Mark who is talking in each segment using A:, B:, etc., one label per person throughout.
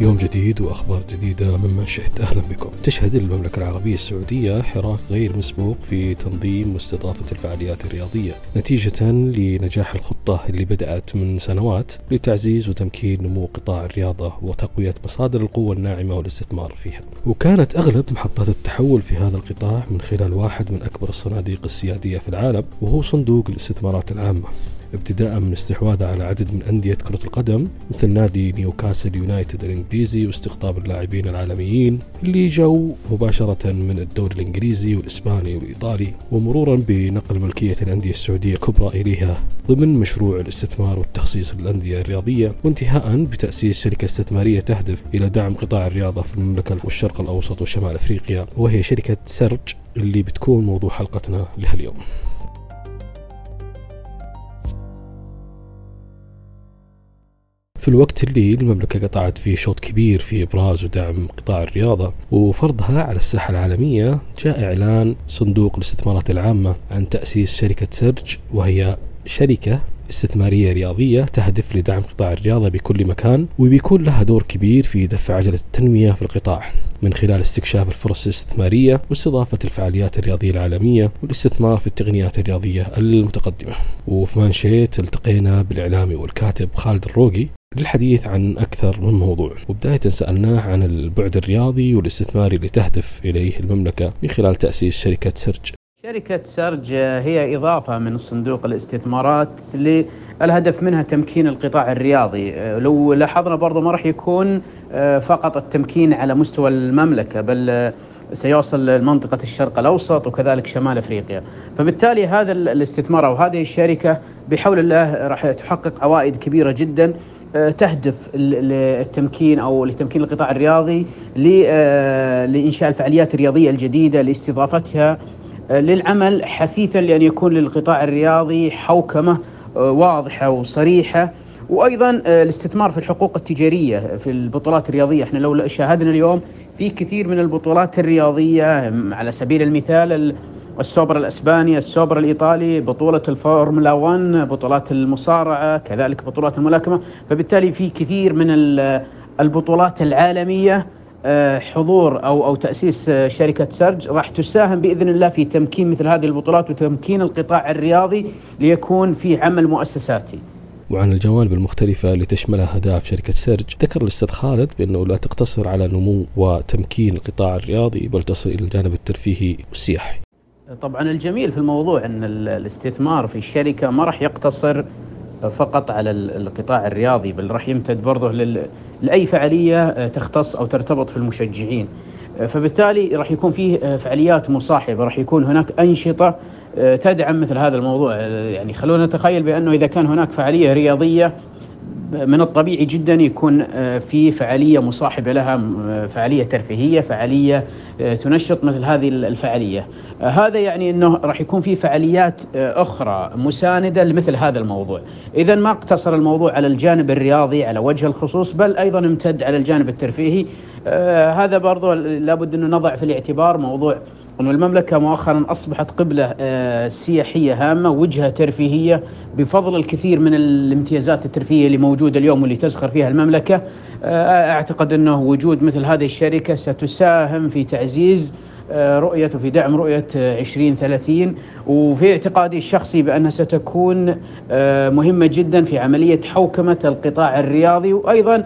A: يوم جديد وأخبار جديدة مما شئت. أهلا بكم. تشهد المملكة العربية السعودية حراك غير مسبوق في تنظيم واستضافة الفعاليات الرياضية نتيجة لنجاح الخطة اللي بدأت من سنوات لتعزيز وتمكين نمو قطاع الرياضة وتقوية مصادر القوة الناعمة والاستثمار فيها. وكانت أغلب محطات التحول في هذا القطاع من خلال واحد من أكبر الصناديق السيادية في العالم، وهو صندوق الاستثمارات العامة، ابتداء من استحواذه على عدد من أندية كرة القدم مثل نادي نيوكاسل يونايتد الإنجليزي واستقطاب اللاعبين العالميين اللي جو مباشرة من الدوري الإنجليزي والإسباني والإيطالي، ومرورا بنقل ملكية الأندية السعودية الكبرى إليها ضمن مشروع الاستثمار والتخصيص للأندية الرياضية، وانتهاء بتأسيس شركة استثمارية تهدف إلى دعم قطاع الرياضة في المملكة والشرق الأوسط وشمال أفريقيا، وهي شركة سرج اللي بتكون موضوع حلقتنا لهاليوم. في الوقت اللي المملكة قطعت فيه شوط كبير في إبراز ودعم قطاع الرياضة وفرضها على الساحة العالمية، جاء إعلان صندوق الاستثمارات العامة عن تأسيس شركة سرج، وهي شركة استثمارية رياضية تهدف لدعم قطاع الرياضة بكل مكان، وبيكون لها دور كبير في دفع عجلة التنمية في القطاع من خلال استكشاف الفرص الاستثمارية واستضافة الفعاليات الرياضية العالمية والاستثمار في التقنيات الرياضية المتقدمة. وفي مانشيت التقينا بالإعلامي والكاتب خالد الروقي للحديث عن أكثر من موضوع، وبداية سألناه عن البعد الرياضي والاستثماري اللي تهدف إليه المملكة من خلال تأسيس شركة سرج.
B: شركة سرج هي إضافة من صندوق الاستثمارات للهدف منها تمكين القطاع الرياضي. لو لاحظنا برضو ما راح يكون فقط التمكين على مستوى المملكة، بل سيوصل لمنطقة الشرق الأوسط وكذلك شمال أفريقيا. فبالتالي هذا الاستثمار أو هذه الشركة بحول الله راح تحقق عوائد كبيرة جدا تهدف للتمكين أو لتمكين القطاع الرياضي لإنشاء الفعاليات الرياضية الجديدة، لاستضافتها، للعمل حثيثا لأن يكون للقطاع الرياضي حوكمة واضحة وصريحة، وأيضا الاستثمار في الحقوق التجارية في البطولات الرياضية. احنا لو شاهدنا اليوم في كثير من البطولات الرياضية، على سبيل المثال السوبر الأسباني، السوبر الإيطالي، بطولة الفورمولا 1، بطولات المصارعة، كذلك بطولات الملاكمة. فبالتالي في كثير من البطولات العالمية حضور أو تأسيس شركة سرج راح تساهم بإذن الله في تمكين مثل هذه البطولات وتمكين القطاع الرياضي ليكون في عمل مؤسساتي.
A: وعن الجوانب المختلفة اللي تشملها أهداف شركة سرج، ذكر الأستاذ خالد بأنه لا تقتصر على نمو وتمكين القطاع الرياضي بل تصل إلى الجانب الترفيهي والسياحي.
B: طبعا الجميل في الموضوع أن الاستثمار في الشركة ما راح يقتصر فقط على القطاع الرياضي، بل راح يمتد برضه لأي فعالية تختص أو ترتبط في المشجعين. فبالتالي راح يكون فيه فعاليات مصاحبة، راح يكون هناك أنشطة تدعم مثل هذا الموضوع. يعني خلونا نتخيل بأنه إذا كان هناك فعالية رياضية من الطبيعي جدا يكون في فعالية مصاحبة لها، فعالية ترفيهية، فعالية تنشط مثل هذه الفعالية. هذا يعني أنه راح يكون في فعاليات أخرى مساندة لمثل هذا الموضوع. إذن ما اقتصر الموضوع على الجانب الرياضي على وجه الخصوص، بل أيضا امتد على الجانب الترفيهي. هذا برضو لابد أنه نضع في الاعتبار موضوع أن المملكة مؤخرا أصبحت قبلة سياحية هامة، وجهة ترفيهية بفضل الكثير من الامتيازات الترفيهية اللي موجودة اليوم واللي تزخر فيها المملكة. أعتقد أنه وجود مثل هذه الشركة ستساهم في تعزيز رؤية وفي دعم رؤية 2030، وفي اعتقادي الشخصي بأنها ستكون مهمة جدا في عملية حوكمة القطاع الرياضي، وأيضا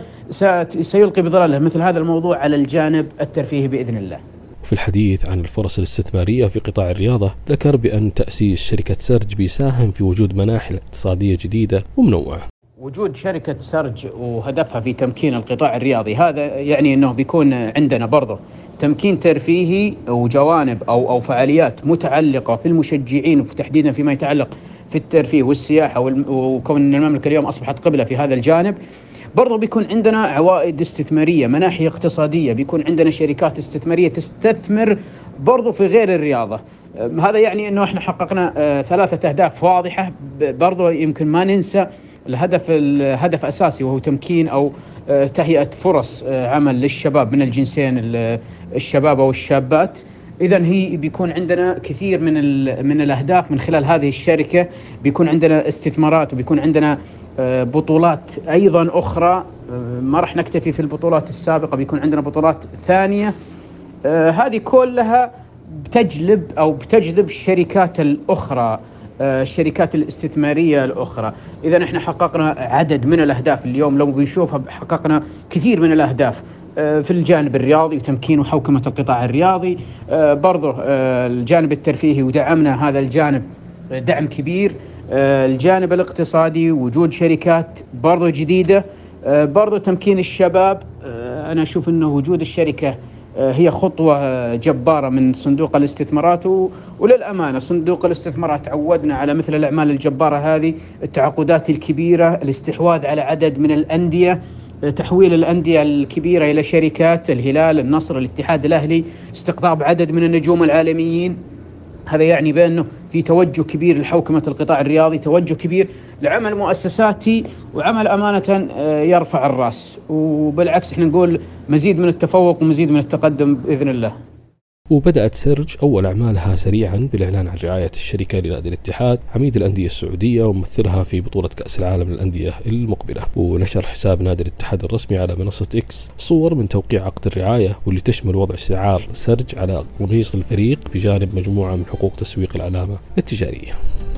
B: سيلقي بظلاله مثل هذا الموضوع على الجانب الترفيهي بإذن الله.
A: في الحديث عن الفرص الاستثمارية في قطاع الرياضة، ذكر بأن تأسيس شركة سرج بيساهم في وجود مناحل اقتصادية جديدة ومنوعة.
B: وجود شركة سرج وهدفها في تمكين القطاع الرياضي، هذا يعني أنه بيكون عندنا برضه تمكين ترفيهي وجوانب أو فعاليات متعلقة في المشجعين، وفي تحديدا فيما يتعلق في الترفيه والسياحة، وكون المملكة اليوم أصبحت قبلة في هذا الجانب. برضو بيكون عندنا عوائد استثمارية، مناحي اقتصادية، بيكون عندنا شركات استثمارية تستثمر برضو في غير الرياضة. هذا يعني أنه احنا حققنا 3 أهداف واضحة. برضو يمكن ما ننسى الهدف أساسي، وهو تمكين أو تهيئة فرص عمل للشباب من الجنسين، الشباب أو الشابات. إذن هي بيكون عندنا كثير من الأهداف من خلال هذه الشركة. بيكون عندنا استثمارات، وبيكون عندنا بطولات أيضا أخرى ما راح نكتفي في البطولات السابقة، بيكون عندنا بطولات ثانية. هذه كلها بتجذب الشركات الأخرى، الشركات الاستثمارية الأخرى. إذا احنا حققنا عدد من الأهداف اليوم، لو بنشوفها حققنا كثير من الأهداف في الجانب الرياضي وتمكين وحوكمة القطاع الرياضي، برضه الجانب الترفيهي ودعمنا هذا الجانب دعم كبير، الجانب الاقتصادي وجود شركات برضه جديدة، برضه تمكين الشباب. أنا أشوف أنه وجود الشركة هي خطوة جبارة من صندوق الاستثمارات، وللأمانة صندوق الاستثمارات عودنا على مثل الأعمال الجبارة هذه، التعاقدات الكبيرة، الاستحواذ على عدد من الأندية، تحويل الأندية الكبيرة إلى شركات، الهلال، النصر، الاتحاد الأهلي، استقطاب عدد من النجوم العالميين. هذا يعني بأنه في توجه كبير لحوكمة القطاع الرياضي، توجه كبير لعمل مؤسساتي وعمل أمانة يرفع الرأس، وبالعكس احنا نقول مزيد من التفوق ومزيد من التقدم بإذن الله.
A: وبدأت سرج أول أعمالها سريعا بالإعلان عن رعاية الشركة لنادي الاتحاد عميد الأندية السعودية وممثلها في بطولة كأس العالم للأندية المقبلة. ونشر حساب نادي الاتحاد الرسمي على منصة إكس صور من توقيع عقد الرعاية، واللي تشمل وضع شعار سرج على قميص الفريق بجانب مجموعة من حقوق تسويق العلامة التجارية.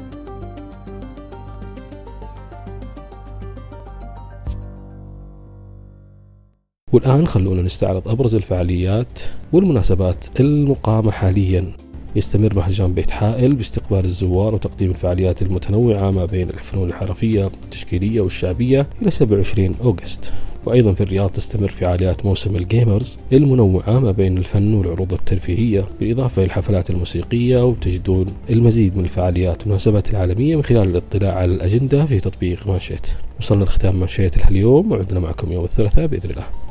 A: والآن خلونا نستعرض أبرز الفعاليات والمناسبات المقامة حاليا. يستمر مهرجان بيت حائل باستقبال الزوار وتقديم الفعاليات المتنوعة ما بين الفنون الحرفية التشكيلية والشعبية إلى 27 أغسطس. وأيضا في الرياض تستمر فعاليات موسم الجيمرز المنوعة ما بين الفن والعروض الترفيهية بالإضافة إلى الحفلات الموسيقية، وتجدون المزيد من الفعاليات والمناسبات العالمية من خلال الاطلاع على الأجندة في تطبيق مانشيت. وصلنا لختام مانشيت اليوم، وعدنا معكم يوم الثلاثاء بإذن الله.